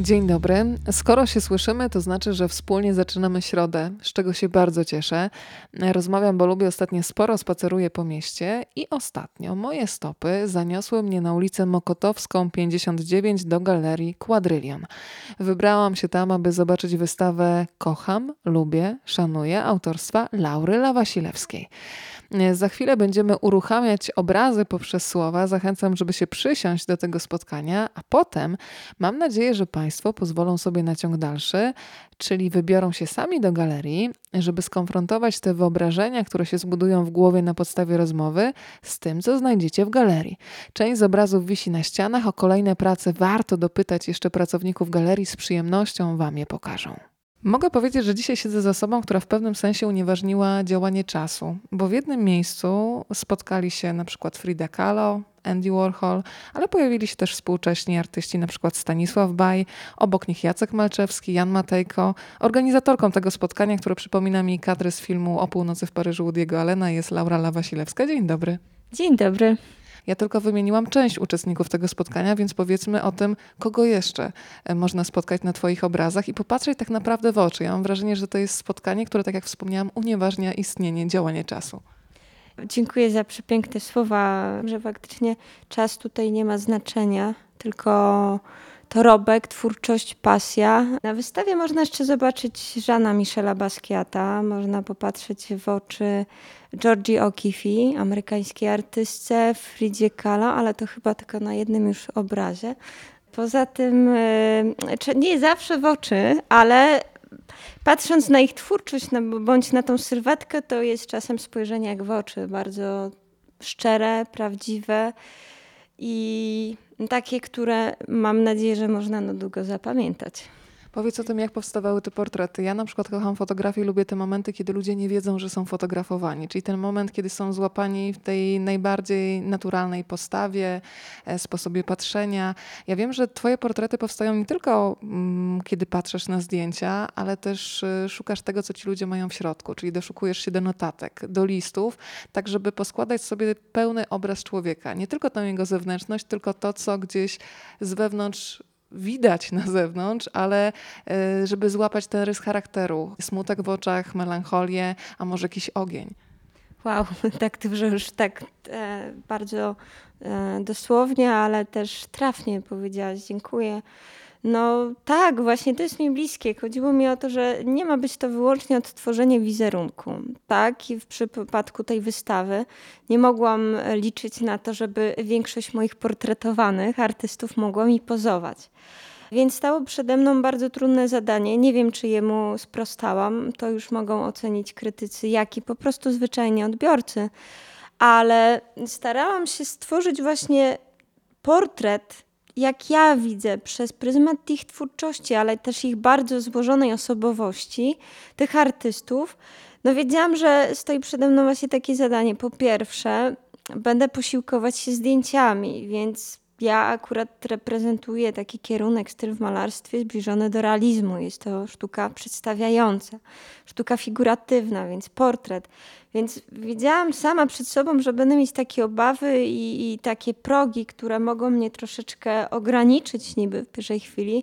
Dzień dobry. Skoro się słyszymy, to znaczy, że wspólnie zaczynamy środę, z czego się bardzo cieszę. Rozmawiam, bo lubię, ostatnio sporo spaceruję po mieście i ostatnio moje stopy zaniosły mnie na ulicę Mokotowską 59 do galerii Quadrillion. Wybrałam się tam, aby zobaczyć wystawę Kocham, lubię, szanuję autorstwa Laury Lawasilewskiej. Za chwilę będziemy uruchamiać obrazy poprzez słowa. Zachęcam, żeby się przysiąść do tego spotkania, a potem mam nadzieję, że Państwo pozwolą sobie na ciąg dalszy, czyli wybiorą się sami do galerii, żeby skonfrontować te wyobrażenia, które się zbudują w głowie na podstawie rozmowy, z tym, co znajdziecie w galerii. Część z obrazów wisi na ścianach, o kolejne prace warto dopytać jeszcze pracowników galerii, z przyjemnością Wam je pokażą. Mogę powiedzieć, że dzisiaj siedzę z osobą, która w pewnym sensie unieważniła działanie czasu, bo w jednym miejscu spotkali się na przykład Frida Kahlo, Andy Warhol, ale pojawili się też współcześni artyści, na przykład Stanisław Baj, obok nich Jacek Malczewski, Jan Matejko. Organizatorką tego spotkania, które przypomina mi kadry z filmu O północy w Paryżu Woody'ego Allena, jest Laura Lawasilewska. Dzień dobry. Dzień dobry. Ja tylko wymieniłam część uczestników tego spotkania, więc powiedzmy o tym, kogo jeszcze można spotkać na Twoich obrazach i popatrzeć tak naprawdę w oczy. Ja mam wrażenie, że to jest spotkanie, które, tak jak wspomniałam, unieważnia istnienie, działanie czasu. Dziękuję za przepiękne słowa, że faktycznie czas tutaj nie ma znaczenia, tylko dorobek, twórczość, pasja. Na wystawie można jeszcze zobaczyć Jeana Michela Basquiata, można popatrzeć w oczy Georgie O'Keeffe, amerykańskiej artystce, Fridzie Kahlo, ale to chyba tylko na jednym już obrazie. Poza tym nie zawsze w oczy, ale patrząc na ich twórczość bądź na tą sylwetkę, to jest czasem spojrzenie jak w oczy, bardzo szczere, prawdziwe i takie, które mam nadzieję, że można na długo zapamiętać. Powiedz o tym, jak powstawały te portrety. Ja na przykład kocham fotografię i lubię te momenty, kiedy ludzie nie wiedzą, że są fotografowani. Czyli ten moment, kiedy są złapani w tej najbardziej naturalnej postawie, sposobie patrzenia. Ja wiem, że Twoje portrety powstają nie tylko kiedy patrzysz na zdjęcia, ale też szukasz tego, co ci ludzie mają w środku. Czyli doszukujesz się do notatek, do listów, tak żeby poskładać sobie pełny obraz człowieka. Nie tylko tą jego zewnętrzność, tylko to, co gdzieś z wewnątrz widać na zewnątrz, ale żeby złapać ten rys charakteru. Smutek w oczach, melancholię, a może jakiś ogień. Wow, tak to już tak bardzo dosłownie, ale też trafnie powiedziałaś. Dziękuję. No tak, właśnie to jest mi bliskie. Chodziło mi o to, że nie ma być to wyłącznie odtworzenie wizerunku. Tak, i w przypadku tej wystawy nie mogłam liczyć na to, żeby większość moich portretowanych artystów mogła mi pozować. Więc stało przede mną bardzo trudne zadanie. Nie wiem, czy jemu sprostałam. To już mogą ocenić krytycy, jak i po prostu zwyczajnie odbiorcy. Ale starałam się stworzyć właśnie portret, jak ja widzę, przez pryzmat ich twórczości, ale też ich bardzo złożonej osobowości, tych artystów. No wiedziałam, że stoi przede mną właśnie takie zadanie. Po pierwsze, będę posiłkować się zdjęciami, więc ja akurat reprezentuję taki kierunek, styl w malarstwie zbliżony do realizmu. Jest to sztuka przedstawiająca, sztuka figuratywna, więc portret. Więc widziałam sama przed sobą, że będę mieć takie obawy i takie progi, które mogą mnie troszeczkę ograniczyć niby w pierwszej chwili,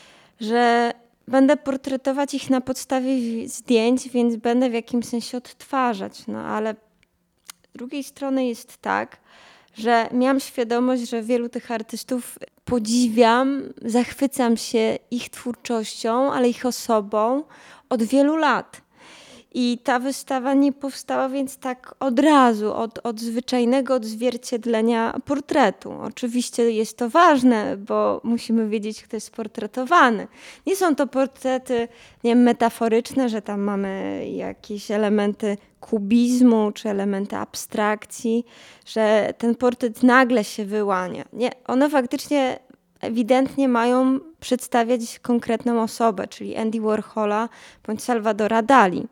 że będę portretować ich na podstawie zdjęć, więc będę w jakimś sensie odtwarzać. No ale z drugiej strony jest tak, że miałam świadomość, że wielu tych artystów podziwiam, zachwycam się ich twórczością, ale ich osobą od wielu lat. I ta wystawa nie powstała więc tak od razu, od zwyczajnego odzwierciedlenia portretu. Oczywiście jest to ważne, bo musimy wiedzieć, kto jest portretowany. Nie są to portrety, nie wiem, metaforyczne, że tam mamy jakieś elementy kubizmu czy elementy abstrakcji, że ten portret nagle się wyłania. Nie, one faktycznie ewidentnie mają przedstawiać konkretną osobę, czyli Andy Warhola bądź Salvadora Dali.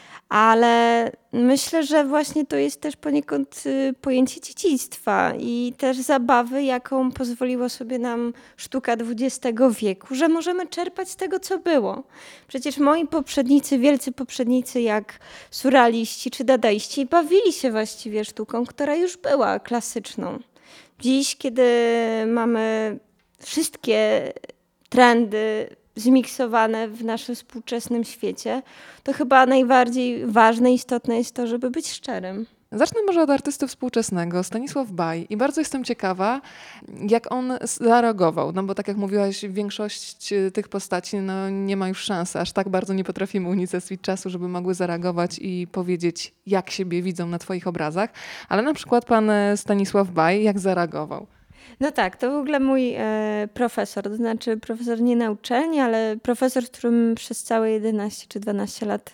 Ale myślę, że właśnie to jest też poniekąd pojęcie dziedzictwa i też zabawy, jaką pozwoliła sobie nam sztuka XX wieku, że możemy czerpać z tego, co było. Przecież moi poprzednicy, wielcy poprzednicy jak surrealiści czy dadaiści bawili się właściwie sztuką, która już była klasyczną. Dziś, kiedy mamy wszystkie trendy zmiksowane w naszym współczesnym świecie, to chyba najbardziej ważne i istotne jest to, żeby być szczerym. Zacznę może od artysty współczesnego, Stanisław Baj. I bardzo jestem ciekawa, jak on zareagował. No bo tak jak mówiłaś, większość tych postaci nie ma już szansy. Aż tak bardzo nie potrafimy unicestwić czasu, żeby mogły zareagować i powiedzieć, jak siebie widzą na twoich obrazach. Ale na przykład pan Stanisław Baj, jak zareagował? No tak, to w ogóle mój profesor, to znaczy profesor nie na uczelni, ale profesor, z którym przez całe 11 czy 12 lat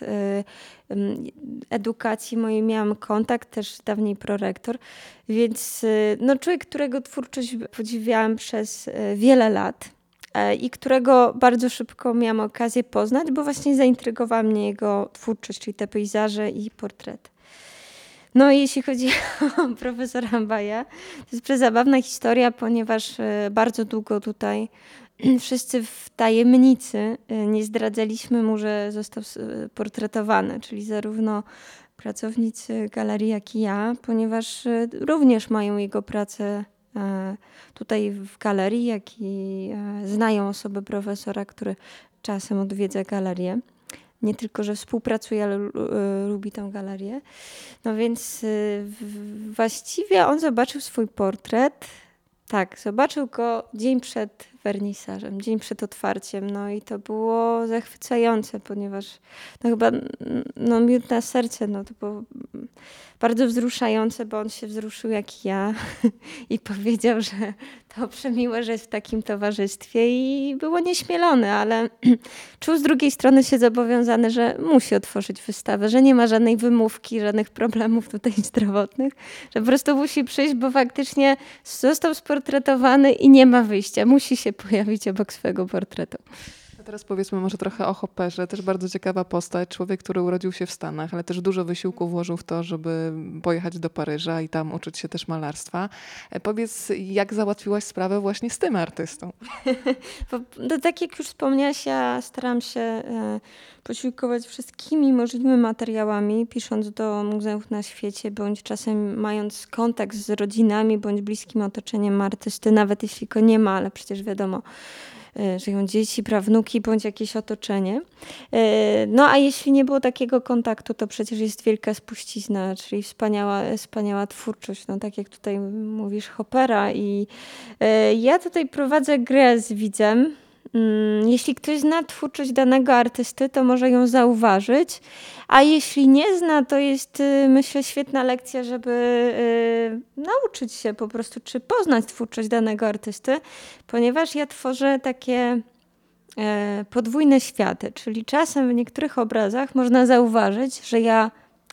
edukacji mojej miałam kontakt, też dawniej prorektor, więc człowiek, którego twórczość podziwiałam przez wiele lat i którego bardzo szybko miałam okazję poznać, bo właśnie zaintrygowała mnie jego twórczość, czyli te pejzaże i portrety. No i jeśli chodzi o profesora Baja, to jest przezabawna historia, ponieważ bardzo długo tutaj wszyscy w tajemnicy nie zdradzaliśmy mu, że został portretowany, czyli zarówno pracownicy galerii, jak i ja, ponieważ również mają jego pracę tutaj w galerii, jak i znają osobę profesora, który czasem odwiedza galerię. Nie tylko, że współpracuje, ale lubi tę galerię. No więc właściwie on zobaczył swój portret. Tak, zobaczył go dzień przed wernisażem, dzień przed otwarciem. No i to było zachwycające, ponieważ chyba miód na serce, to było bardzo wzruszające, bo on się wzruszył jak ja i powiedział, że to przemiłe, że jest w takim towarzystwie i było nieśmielony, ale czuł z drugiej strony się zobowiązany, że musi otworzyć wystawę, że nie ma żadnej wymówki, żadnych problemów tutaj zdrowotnych, że po prostu musi przyjść, bo faktycznie został sportretowany i nie ma wyjścia. Musi się pojawić obok swojego portretu. A teraz powiedzmy może trochę o Hopperze. Też bardzo ciekawa postać. Człowiek, który urodził się w Stanach, ale też dużo wysiłku włożył w to, żeby pojechać do Paryża i tam uczyć się też malarstwa. Powiedz, jak załatwiłaś sprawę właśnie z tym artystą? Tak jak już wspomniałaś, ja staram się posiłkować wszystkimi możliwymi materiałami, pisząc do muzeów na świecie, bądź czasem mając kontakt z rodzinami, bądź bliskim otoczeniem artysty, nawet jeśli go nie ma, ale przecież wiadomo, żyją dzieci, prawnuki, bądź jakieś otoczenie. No a jeśli nie było takiego kontaktu, to przecież jest wielka spuścizna, czyli wspaniała twórczość, tak jak tutaj mówisz, Hoppera. I ja tutaj prowadzę grę z widzem. Jeśli ktoś zna twórczość danego artysty, to może ją zauważyć, a jeśli nie zna, to jest, myślę, świetna lekcja, żeby nauczyć się po prostu, czy poznać twórczość danego artysty, ponieważ ja tworzę takie podwójne światy, czyli czasem w niektórych obrazach można zauważyć, że ja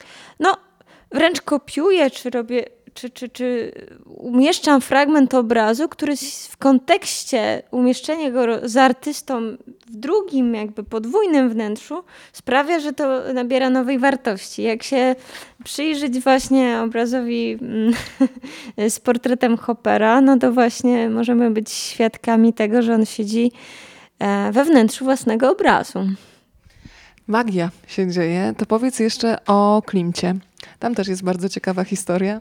wręcz kopiuję, czy robię, czy umieszczam fragment obrazu, który w kontekście umieszczenia go z artystą w drugim jakby podwójnym wnętrzu sprawia, że to nabiera nowej wartości. Jak się przyjrzeć właśnie obrazowi z portretem Hoppera, to właśnie możemy być świadkami tego, że on siedzi we wnętrzu własnego obrazu. Magia się dzieje. To powiedz jeszcze o Klimcie. Tam też jest bardzo ciekawa historia.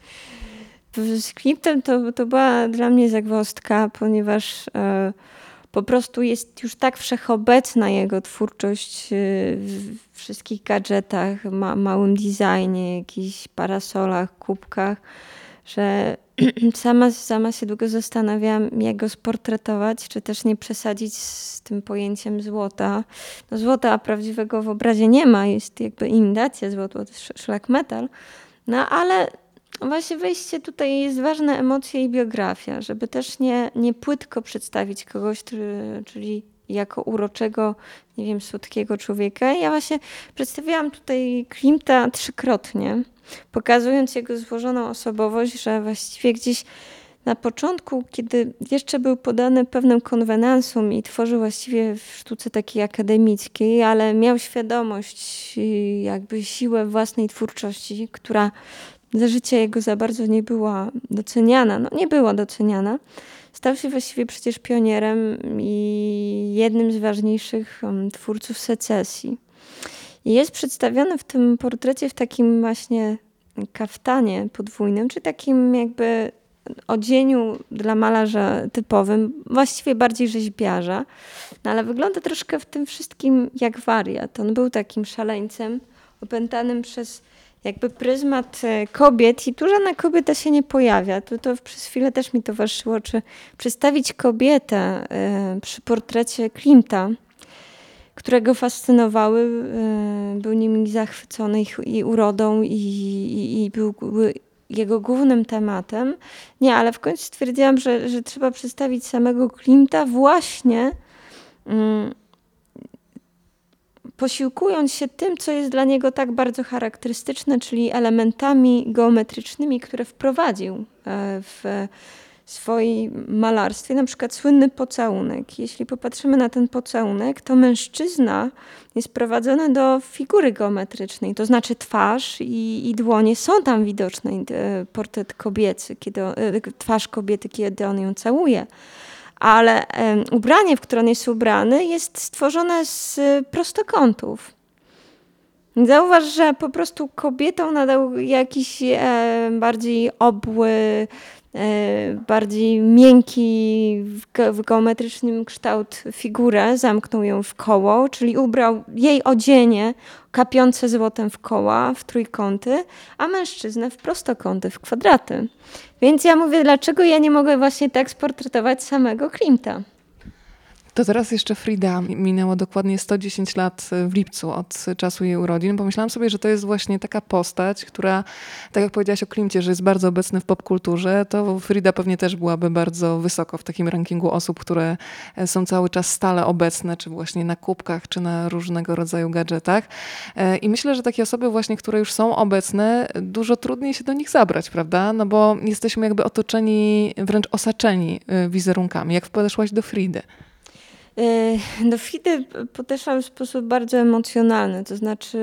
Z Klimtem to była dla mnie zagwozdka, ponieważ po prostu jest już tak wszechobecna jego twórczość w wszystkich gadżetach, małym designie, jakichś parasolach, kubkach, że sama się długo zastanawiałam, jak go sportretować, czy też nie przesadzić z tym pojęciem złota. Złota prawdziwego w obrazie nie ma, jest jakby imitacja złota, to jest szlak metal, ale właśnie wejście tutaj jest ważne, emocje i biografia, żeby też nie płytko przedstawić kogoś, czyli jako uroczego, nie wiem, słodkiego człowieka. Ja właśnie przedstawiałam tutaj Klimta trzykrotnie, pokazując jego złożoną osobowość, że właściwie gdzieś na początku, kiedy jeszcze był podany pewnym konwenansum i tworzył właściwie w sztuce takiej akademickiej, ale miał świadomość, jakby siłę własnej twórczości, która za życia jego za bardzo nie była doceniana. Nie była doceniana. Stał się właściwie przecież pionierem i jednym z ważniejszych twórców secesji. I jest przedstawiony w tym portrecie w takim właśnie kaftanie podwójnym, czy takim jakby odzieniu dla malarza typowym, właściwie bardziej rzeźbiarza, no ale wygląda troszkę w tym wszystkim jak wariat. On był takim szaleńcem opętanym przez jakby pryzmat kobiet i tu żadna kobieta się nie pojawia. To przez chwilę też mi towarzyszyło, czy przedstawić kobietę przy portrecie Klimta, którego fascynowały, był nimi zachwycony i urodą i był jego głównym tematem. Nie, ale w końcu stwierdziłam, że trzeba przedstawić samego Klimta właśnie posiłkując się tym, co jest dla niego tak bardzo charakterystyczne, czyli elementami geometrycznymi, które wprowadził w swoim malarstwie, na przykład słynny pocałunek. Jeśli popatrzymy na ten pocałunek, to mężczyzna jest prowadzony do figury geometrycznej, to znaczy twarz i dłonie są tam widoczne, portret kobiecy, twarz kobiety, kiedy on ją całuje. Ale ubranie, w które on jest ubrany, jest stworzone z prostokątów. Zauważ, że po prostu kobietom nadał jakiś bardziej obły, bardziej miękki w geometrycznym kształt figurę, zamknął ją w koło, czyli ubrał jej odzienie kapiące złotem w koła, w trójkąty, a mężczyznę w prostokąty, w kwadraty. Więc ja mówię, dlaczego ja nie mogę właśnie tak sportretować samego Klimta? To teraz jeszcze Frida. Minęło dokładnie 110 lat w lipcu od czasu jej urodzin. Pomyślałam sobie, że to jest właśnie taka postać, która, tak jak powiedziałaś o Klimcie, że jest bardzo obecny w popkulturze, to Frida pewnie też byłaby bardzo wysoko w takim rankingu osób, które są cały czas stale obecne, czy właśnie na kubkach, czy na różnego rodzaju gadżetach. I myślę, że takie osoby właśnie, które już są obecne, dużo trudniej się do nich zabrać, prawda? No bo jesteśmy jakby otoczeni, wręcz osaczeni wizerunkami. Jak podeszłaś do Fridy? Do Fridy podeszłam w sposób bardzo emocjonalny. To znaczy,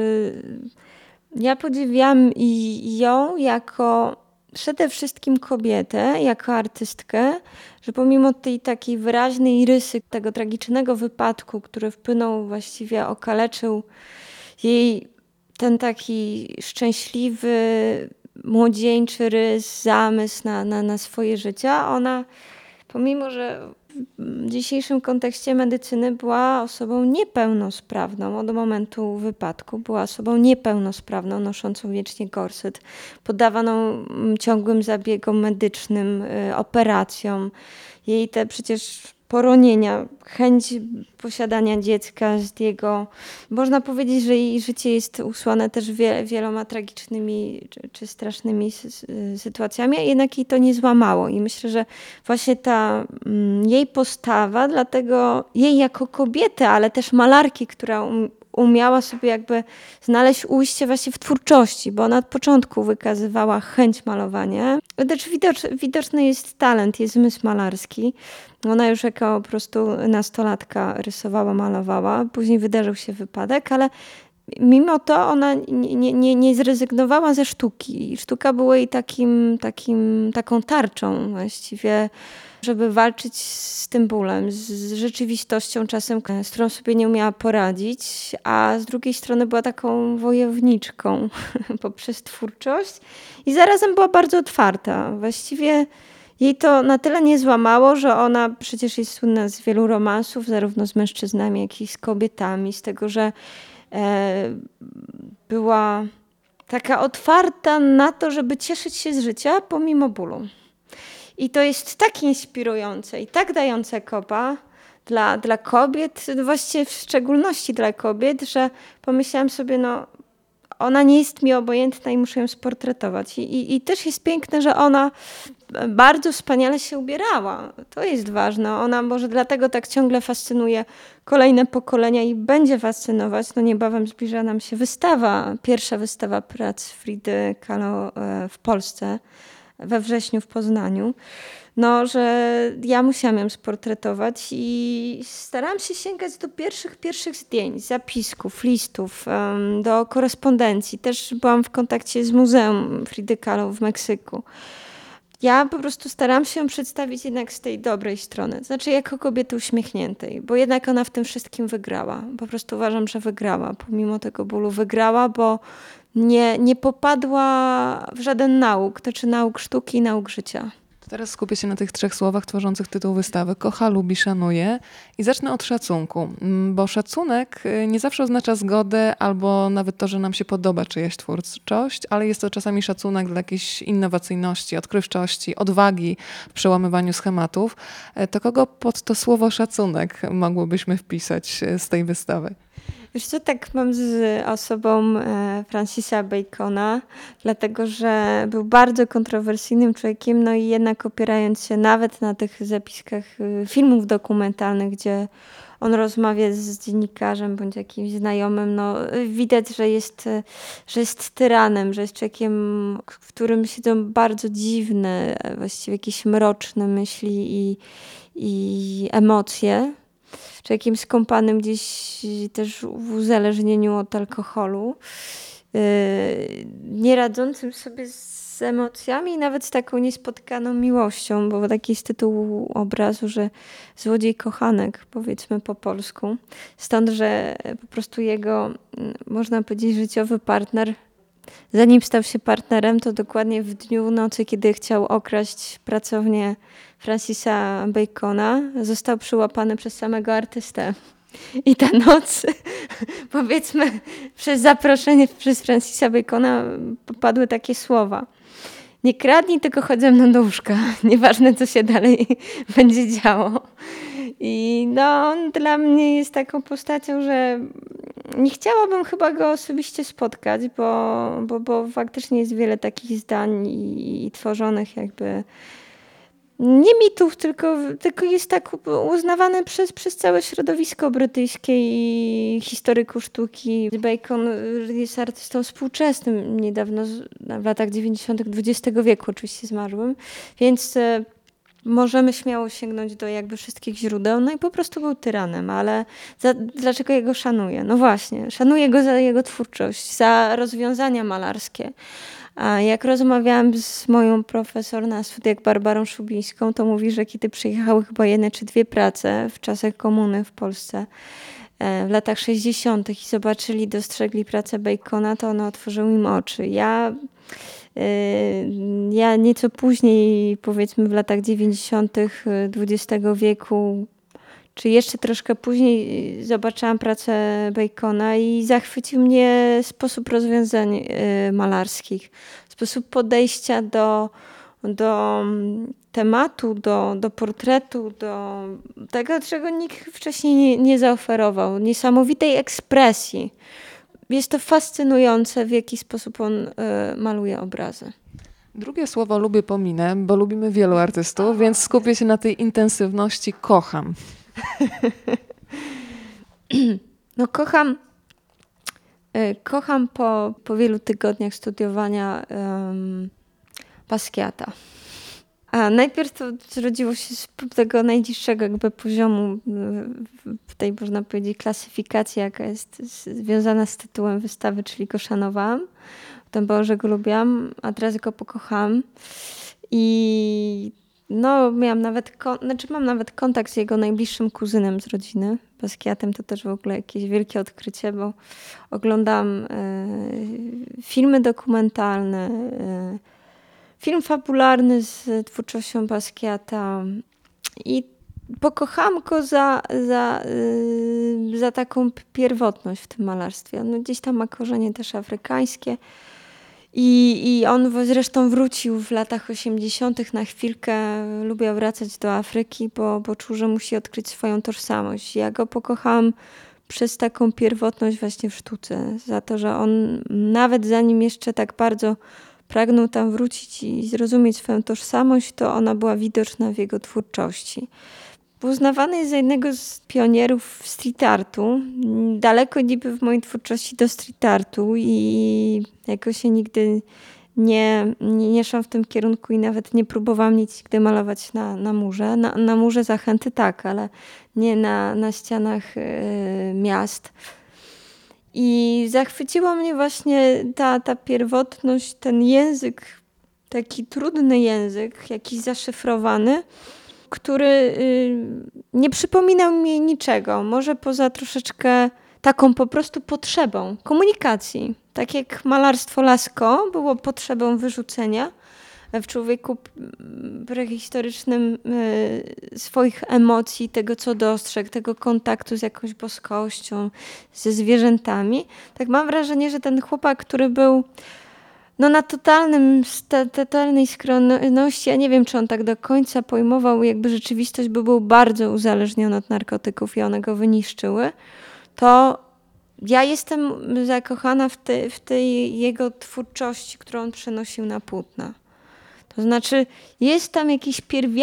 ja podziwiam ją jako przede wszystkim kobietę, jako artystkę, że pomimo tej takiej wyraźnej rysy tego tragicznego wypadku, który wpłynął, właściwie okaleczył jej ten taki szczęśliwy, młodzieńczy rys, zamysł na swoje życie, ona pomimo, że w dzisiejszym kontekście medycyny była osobą niepełnosprawną od momentu wypadku. Była osobą niepełnosprawną, noszącą wiecznie gorset, poddawaną ciągłym zabiegom medycznym, operacjom. Jej te przecież poronienia, chęć posiadania dziecka z jego... Można powiedzieć, że jej życie jest usłane też wieloma tragicznymi czy strasznymi sytuacjami, a jednak jej to nie złamało. I myślę, że właśnie ta jej postawa, dlatego jej jako kobiety, ale też malarki, która umiała sobie jakby znaleźć ujście właśnie w twórczości, bo ona od początku wykazywała chęć malowania. Też widoczny jest talent, jest zmysł malarski. Ona już jako po prostu nastolatka rysowała, malowała. Później wydarzył się wypadek, ale mimo to ona nie zrezygnowała ze sztuki. Sztuka była jej taką tarczą właściwie, żeby walczyć z tym bólem, z rzeczywistością czasem, z którą sobie nie umiała poradzić, a z drugiej strony była taką wojowniczką poprzez twórczość i zarazem była bardzo otwarta. Właściwie jej to na tyle nie złamało, że ona przecież jest słynna z wielu romansów, zarówno z mężczyznami, jak i z kobietami, z tego, że była taka otwarta na to, żeby cieszyć się z życia pomimo bólu. I to jest tak inspirujące i tak dające kopa dla kobiet, właściwie w szczególności dla kobiet, że pomyślałam sobie, no ona nie jest mi obojętna i muszę ją sportretować. I też jest piękne, że ona bardzo wspaniale się ubierała. To jest ważne. Ona może dlatego tak ciągle fascynuje kolejne pokolenia i będzie fascynować. No niebawem zbliża nam się pierwsza wystawa prac Fridy Kahlo w Polsce we wrześniu w Poznaniu. No, że ja musiałam ją sportretować i starałam się sięgać do pierwszych zdjęć, zapisków, listów, do korespondencji. Też byłam w kontakcie z Muzeum Fridy Kahlo w Meksyku. Ja po prostu starałam się ją przedstawić jednak z tej dobrej strony. Znaczy jako kobiety uśmiechniętej, bo jednak ona w tym wszystkim wygrała. Po prostu uważam, że wygrała. Pomimo tego bólu wygrała, bo nie popadła w żaden nauk, to znaczy nauk sztuki i nauk życia. Teraz skupię się na tych 3 słowach tworzących tytuł wystawy. Kocha, lubi, szanuje. I zacznę od szacunku, bo szacunek nie zawsze oznacza zgodę albo nawet to, że nam się podoba czyjaś twórczość, ale jest to czasami szacunek dla jakiejś innowacyjności, odkrywczości, odwagi w przełamywaniu schematów. To kogo pod to słowo szacunek mogłybyśmy wpisać z tej wystawy? Wiesz co, tak mam z osobą Francisa Bacona, dlatego że był bardzo kontrowersyjnym człowiekiem, no i jednak opierając się nawet na tych zapiskach filmów dokumentalnych, gdzie on rozmawia z dziennikarzem bądź jakimś znajomym, no widać, że jest tyranem, że jest człowiekiem, w którym siedzą bardzo dziwne, właściwie jakieś mroczne myśli i emocje. Człowiekiem skąpanym gdzieś też w uzależnieniu od alkoholu, nie radzącym sobie z emocjami, nawet z taką niespotkaną miłością, bo taki jest tytuł obrazu, że złodziej kochanek, powiedzmy po polsku. Stąd, że po prostu jego, można powiedzieć, życiowy partner, zanim stał się partnerem, to dokładnie w dniu, nocy, kiedy chciał okraść pracownię Francisa Bacona, został przyłapany przez samego artystę. I ta noc, powiedzmy, przez zaproszenie przez Francisa Bacona padły takie słowa. Nie kradnij, tylko chodź ze mną do łóżka. Nieważne, co się dalej będzie działo. I no, on dla mnie jest taką postacią, że nie chciałabym chyba go osobiście spotkać, bo faktycznie jest wiele takich zdań i tworzonych jakby nie mitów, tylko jest tak uznawany przez całe środowisko brytyjskie i historyków sztuki. Bacon jest artystą współczesnym, niedawno, w latach 90. XX wieku oczywiście zmarłym, więc możemy śmiało sięgnąć do jakby wszystkich źródeł, no i po prostu był tyranem, ale dlaczego jego szanuję? No właśnie, szanuję go za jego twórczość, za rozwiązania malarskie. A jak rozmawiałam z moją profesor na studiach Barbarą Szubińską, to mówi, że kiedy przyjechały chyba 1 czy 2 prace w czasach komuny w Polsce, w latach 60. i zobaczyli, dostrzegli pracę Bacona, to one otworzyły im oczy. Ja nieco później, powiedzmy w latach 90. XX wieku, czy jeszcze troszkę później zobaczyłam pracę Bacona i zachwycił mnie sposób rozwiązań malarskich, sposób podejścia do tematu, do portretu, do tego, czego nikt wcześniej nie zaoferował. Niesamowitej ekspresji. Jest to fascynujące, w jaki sposób on maluje obrazy. Drugie słowo lubię pominę, bo lubimy wielu artystów, więc skupię się na tej intensywności kocham. No kocham po wielu tygodniach studiowania Basquiata. A najpierw to zrodziło się z tego najniższego jakby poziomu w tej, można powiedzieć, klasyfikacji, jaka jest związana z tytułem wystawy, czyli go szanowałam. Potem było, że go lubiłam, a teraz go pokocham. I no, mam nawet kontakt z jego najbliższym kuzynem z rodziny, Basquiatem. To też w ogóle jakieś wielkie odkrycie, bo oglądam filmy dokumentalne, film fabularny z twórczością Basquiata i pokocham go za taką pierwotność w tym malarstwie. No, gdzieś tam ma korzenie też afrykańskie. I on zresztą wrócił w latach 80. na chwilkę, lubiał wracać do Afryki, bo czuł, że musi odkryć swoją tożsamość. Ja go pokochałam przez taką pierwotność właśnie w sztuce, za to, że on nawet zanim jeszcze tak bardzo pragnął tam wrócić i zrozumieć swoją tożsamość, to ona była widoczna w jego twórczości. Uznawany jest za jednego z pionierów street artu. Daleko niby w mojej twórczości do street artu i jakoś się nigdy nie szłam w tym kierunku i nawet nie próbowałam nigdy malować na murze. Na murze Zachęty tak, ale nie na ścianach miast. I zachwyciła mnie właśnie ta pierwotność, ten język, taki trudny język, jakiś zaszyfrowany, który nie przypominał mi niczego. Może poza troszeczkę taką po prostu potrzebą komunikacji. Tak jak malarstwo Lascaux było potrzebą wyrzucenia, w człowieku prehistorycznym swoich emocji, tego co dostrzegł, tego kontaktu z jakąś boskością, ze zwierzętami. Tak mam wrażenie, że ten chłopak, który był na totalnej skromności, ja nie wiem, czy on tak do końca pojmował jakby rzeczywistość, bo był bardzo uzależniony od narkotyków i one go wyniszczyły, to ja jestem zakochana w tej jego twórczości, którą on przenosił na płótna. To znaczy jest tam jakiś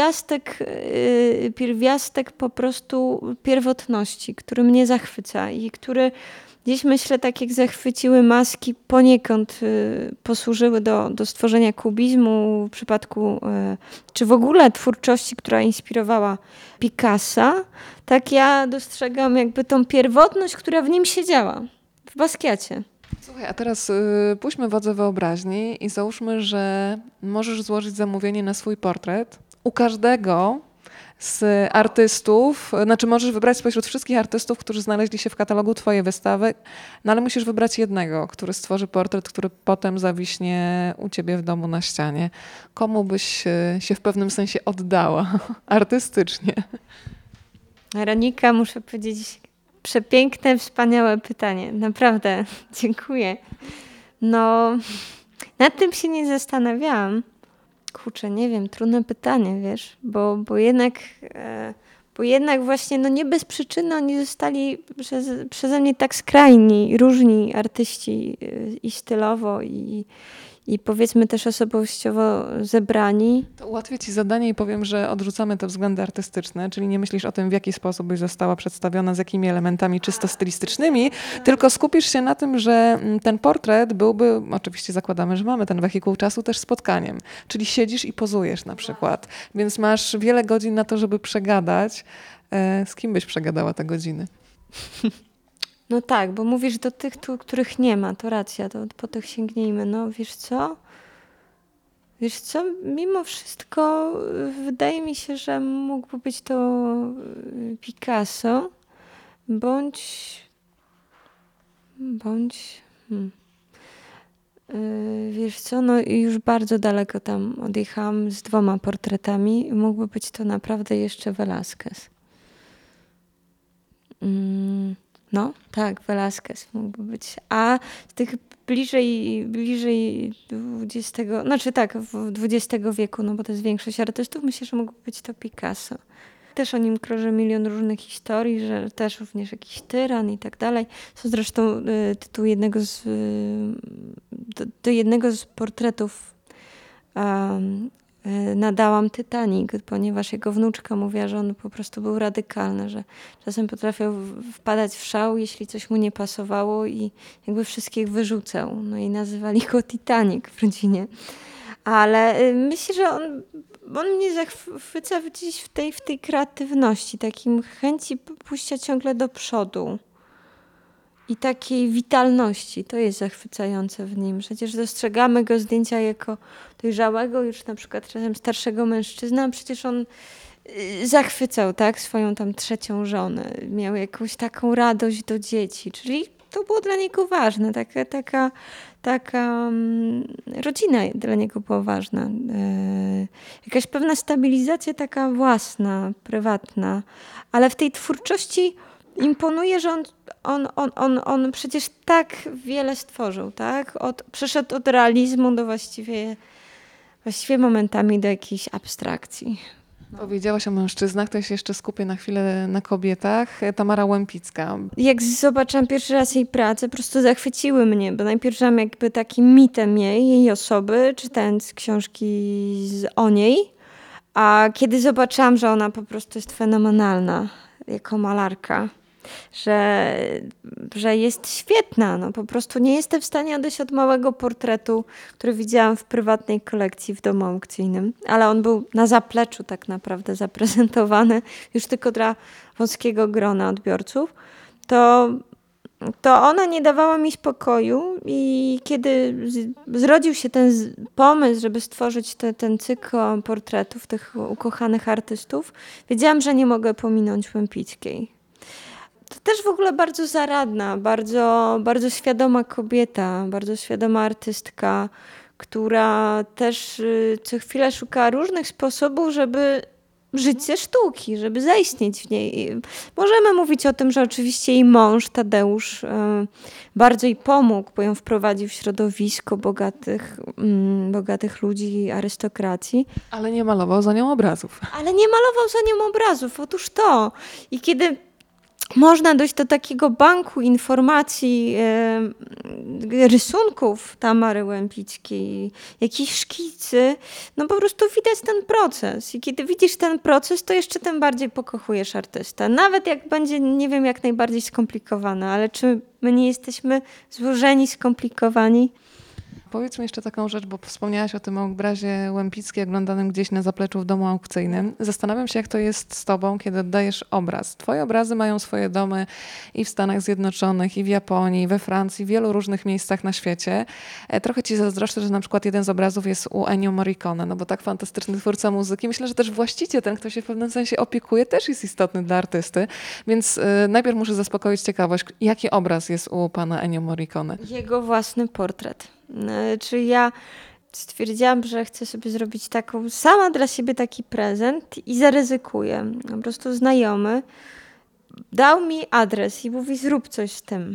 pierwiastek po prostu pierwotności, który mnie zachwyca i który gdzieś myślę, tak jak zachwyciły maski, poniekąd posłużyły do stworzenia kubizmu w przypadku, czy w ogóle twórczości, która inspirowała Picassa, tak ja dostrzegam jakby tą pierwotność, która w nim siedziała, w Basquiacie. Słuchaj, a teraz puśćmy wodze wyobraźni i załóżmy, że możesz złożyć zamówienie na swój portret u każdego z artystów, znaczy możesz wybrać spośród wszystkich artystów, którzy znaleźli się w katalogu twojej wystawy, no ale musisz wybrać jednego, który stworzy portret, który potem zawiśnie u ciebie w domu na ścianie. Komu byś się w pewnym sensie oddała artystycznie? Weronika, muszę powiedzieć, przepiękne, wspaniałe pytanie. Naprawdę, dziękuję. No, nad tym się nie zastanawiałam. Kurczę, nie wiem, trudne pytanie, wiesz, bo jednak właśnie nie bez przyczyny oni zostali przeze mnie tak skrajni, różni artyści i stylowo i powiedzmy też osobowościowo zebrani. To ułatwię ci zadanie i powiem, że odrzucamy te względy artystyczne, czyli nie myślisz o tym, w jaki sposób byś została przedstawiona, z jakimi elementami czysto stylistycznymi, tylko skupisz się na tym, że ten portret byłby, oczywiście zakładamy, że mamy ten wehikuł czasu, też spotkaniem. Czyli siedzisz i pozujesz na przykład, więc masz wiele godzin na to, żeby przegadać. Z kim byś przegadała te godziny? No tak, bo mówisz do tych, których nie ma, to racja, to po tych sięgnijmy. No wiesz co? Wiesz co, mimo wszystko wydaje mi się, że mógłby być to Picasso, bądź wiesz co, no i już bardzo daleko tam odjechałam z 2 portretami. Mógłby być to naprawdę jeszcze Velázquez. No, tak, Velázquez mógłby być. A z tych bliżej XX, znaczy tak, XX wieku, no bo to jest większość artystów, myślę, że mógłby być to Picasso. Też o nim krąży milion różnych historii, że też również jakiś tyran i tak dalej. To zresztą tytuł do jednego z portretów nadałam Titanic, ponieważ jego wnuczka mówiła, że on po prostu był radykalny, że czasem potrafił wpadać w szał, jeśli coś mu nie pasowało i jakby wszystkich wyrzucał. No i nazywali go Titanic w rodzinie. Ale myślę, że on mnie zachwyca gdzieś w tej kreatywności, takim chęci pójścia ciągle do przodu. I takiej witalności, to jest zachwycające w nim. Przecież dostrzegamy go zdjęcia jako dojrzałego, już na przykład czasem starszego mężczyzna, a przecież on zachwycał, tak, swoją tam 3. żonę. Miał jakąś taką radość do dzieci, czyli to było dla niego ważne. Taka rodzina dla niego była ważna. Jakaś pewna stabilizacja taka własna, prywatna, ale w tej twórczości imponuje, że on przecież tak wiele stworzył, tak? Przeszedł od realizmu do właściwie momentami do jakiejś abstrakcji. Powiedziałaś o mężczyznach, to ja się jeszcze skupię na chwilę na kobietach. Tamara Łępicka. Jak zobaczyłam pierwszy raz jej pracę, po prostu zachwyciły mnie, bo najpierw żyłam jakby takim mitem jej osoby, czytając książki o niej, a kiedy zobaczyłam, że ona po prostu jest fenomenalna jako malarka, że jest świetna. No, po prostu nie jestem w stanie odejść od małego portretu, który widziałam w prywatnej kolekcji w domu aukcyjnym, ale on był na zapleczu tak naprawdę zaprezentowany już tylko dla wąskiego grona odbiorców. To ona nie dawała mi spokoju i kiedy zrodził się ten pomysł, żeby stworzyć ten cykl portretów tych ukochanych artystów, wiedziałam, że nie mogę pominąć Łępickiej. To też w ogóle bardzo zaradna, bardzo, bardzo świadoma kobieta, bardzo świadoma artystka, która też co chwilę szuka różnych sposobów, żeby żyć ze sztuki, żeby zaistnieć w niej. Możemy mówić o tym, że oczywiście jej mąż Tadeusz bardzo jej pomógł, bo ją wprowadził w środowisko bogatych ludzi, arystokracji. Ale nie malował za nią obrazów. Ale nie malował za nią obrazów. Otóż to. I kiedy można dojść do takiego banku informacji, rysunków Tamary Łępickiej, jakichś szkicy, no po prostu widać ten proces. I kiedy widzisz ten proces, to jeszcze tym bardziej pokochujesz artystę. Nawet jak będzie, nie wiem, jak najbardziej skomplikowane, ale czy my nie jesteśmy złożeni, skomplikowani? Powiedz mi jeszcze taką rzecz, bo wspomniałaś o tym obrazie Łępickiej oglądanym gdzieś na zapleczu w domu aukcyjnym. Zastanawiam się, jak to jest z tobą, kiedy oddajesz obraz. Twoje obrazy mają swoje domy i w Stanach Zjednoczonych, i w Japonii, i we Francji, w wielu różnych miejscach na świecie. Trochę ci zazdroszczę, że na przykład jeden z obrazów jest u Ennio Morricone, no bo tak fantastyczny twórca muzyki. Myślę, że też właściciel, ten, kto się w pewnym sensie opiekuje, też jest istotny dla artysty. Więc najpierw muszę zaspokoić ciekawość, jaki obraz jest u pana Ennio Morricone? Jego własny portret. Czyli ja stwierdziłam, że chcę sobie zrobić sama dla siebie taki prezent i zaryzykuję. Po prostu znajomy dał mi adres i mówi, zrób coś z tym.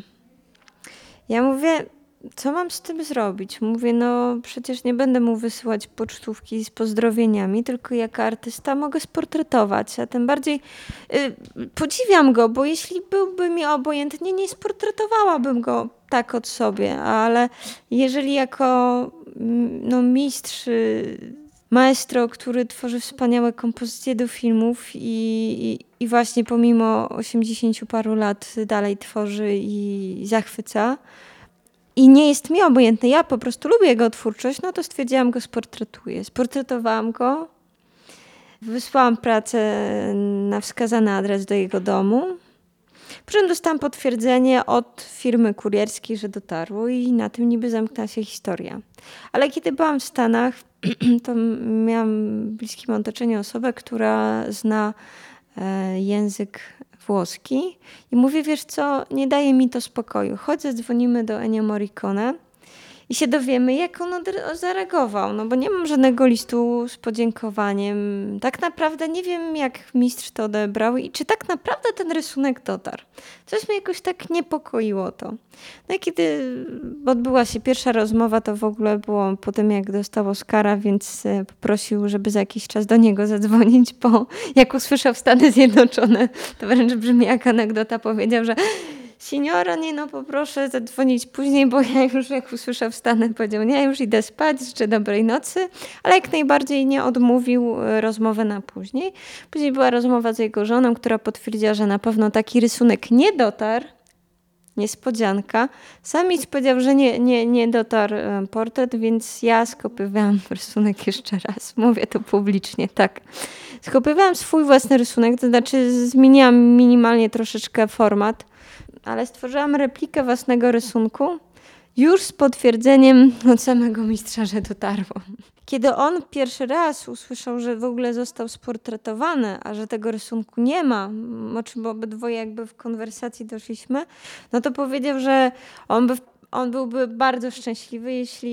Ja mówię, co mam z tym zrobić? Mówię, no przecież nie będę mu wysyłać pocztówki z pozdrowieniami, tylko jako artysta mogę sportretować, a tym bardziej podziwiam go, bo jeśli byłby mi obojętnie, nie sportretowałabym go tak od sobie, ale jeżeli jako mistrz, maestro, który tworzy wspaniałe kompozycje do filmów i właśnie pomimo 80 paru lat dalej tworzy i zachwyca, i nie jest mi obojętny, ja po prostu lubię jego twórczość, no to stwierdziłam, go sportretuję. Sportretowałam go, wysłałam pracę na wskazany adres do jego domu. Potem dostałam potwierdzenie od firmy kurierskiej, że dotarło i na tym niby zamknęła się historia. Ale kiedy byłam w Stanach, to miałam w bliskim otoczeniu osobę, która zna język włoski i mówię, wiesz co, nie daje mi to spokoju. Chodź, zadzwonimy do Ennio Morricone i się dowiemy, jak on zareagował. No bo nie mam żadnego listu z podziękowaniem. Tak naprawdę nie wiem, jak mistrz to odebrał i czy tak naprawdę ten rysunek dotarł. Coś mnie jakoś tak niepokoiło to. No i kiedy odbyła się pierwsza rozmowa, to w ogóle było po tym, jak dostał Oscara, więc poprosił, żeby za jakiś czas do niego zadzwonić, bo jak usłyszał Stany Zjednoczone, to wręcz brzmi jak anegdota, powiedział, że Signora, nie no, poproszę zadzwonić później, bo ja już jak usłyszał Stany, powiedział, nie, już idę spać, życzę dobrej nocy, ale jak najbardziej nie odmówił rozmowę na później. Później była rozmowa z jego żoną, która potwierdziła, że na pewno taki rysunek nie dotarł. Niespodzianka. Sam mi powiedział, że nie dotarł portret, więc ja skopywałam rysunek jeszcze raz. Mówię to publicznie, tak. Skopywałam swój własny rysunek, to znaczy zmieniłam minimalnie troszeczkę format, ale stworzyłam replikę własnego rysunku już z potwierdzeniem od samego mistrza, że dotarło. Kiedy on pierwszy raz usłyszał, że w ogóle został sportretowany, a że tego rysunku nie ma, o czym obydwoje jakby w konwersacji doszliśmy, no to powiedział, że on byłby bardzo szczęśliwy,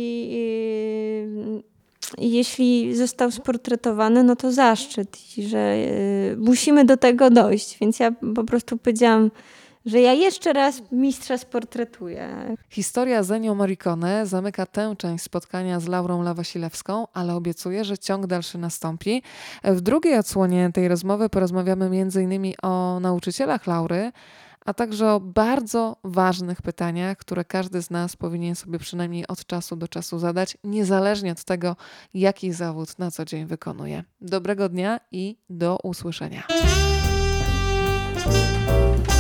jeśli został sportretowany, no to zaszczyt i że musimy do tego dojść. Więc ja po prostu powiedziałam, że ja jeszcze raz mistrza sportretuję. Historia z Ennio Morricone zamyka tę część spotkania z Laurą Lawasilewską, ale obiecuję, że ciąg dalszy nastąpi. W drugiej odsłonie tej rozmowy porozmawiamy m.in. o nauczycielach Laury, a także o bardzo ważnych pytaniach, które każdy z nas powinien sobie przynajmniej od czasu do czasu zadać, niezależnie od tego, jaki zawód na co dzień wykonuje. Dobrego dnia i do usłyszenia.